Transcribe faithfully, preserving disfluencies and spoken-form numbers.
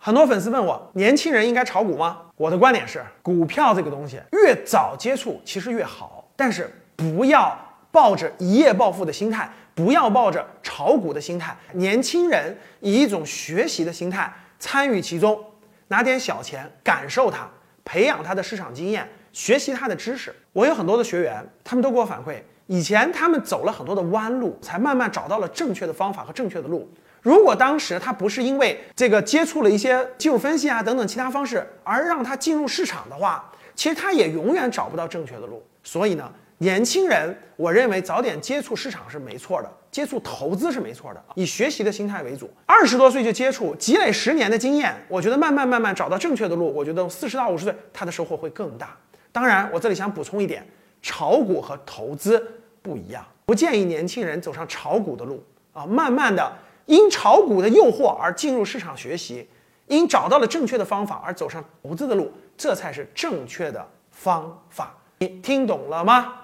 很多粉丝问我，年轻人应该炒股吗？我的观点是，股票这个东西越早接触其实越好，但是不要抱着一夜暴富的心态，不要抱着炒股的心态。年轻人以一种学习的心态参与其中，拿点小钱感受它，培养他的市场经验，学习他的知识。我有很多的学员，他们都给我反馈，以前他们走了很多的弯路，才慢慢找到了正确的方法和正确的路。如果当时他不是因为这个接触了一些技术分析啊等等其他方式，而让他进入市场的话，其实他也永远找不到正确的路。所以呢，年轻人，我认为早点接触市场是没错的，接触投资是没错的，以学习的心态为主。二十多岁就接触，积累十年的经验，我觉得慢慢慢慢找到正确的路，我觉得四十到五十岁他的收获会更大。当然，我这里想补充一点，炒股和投资不一样，不建议年轻人走上炒股的路啊，慢慢的。因炒股的诱惑而进入市场学习，因找到了正确的方法而走上投资的路，这才是正确的方法。你听懂了吗？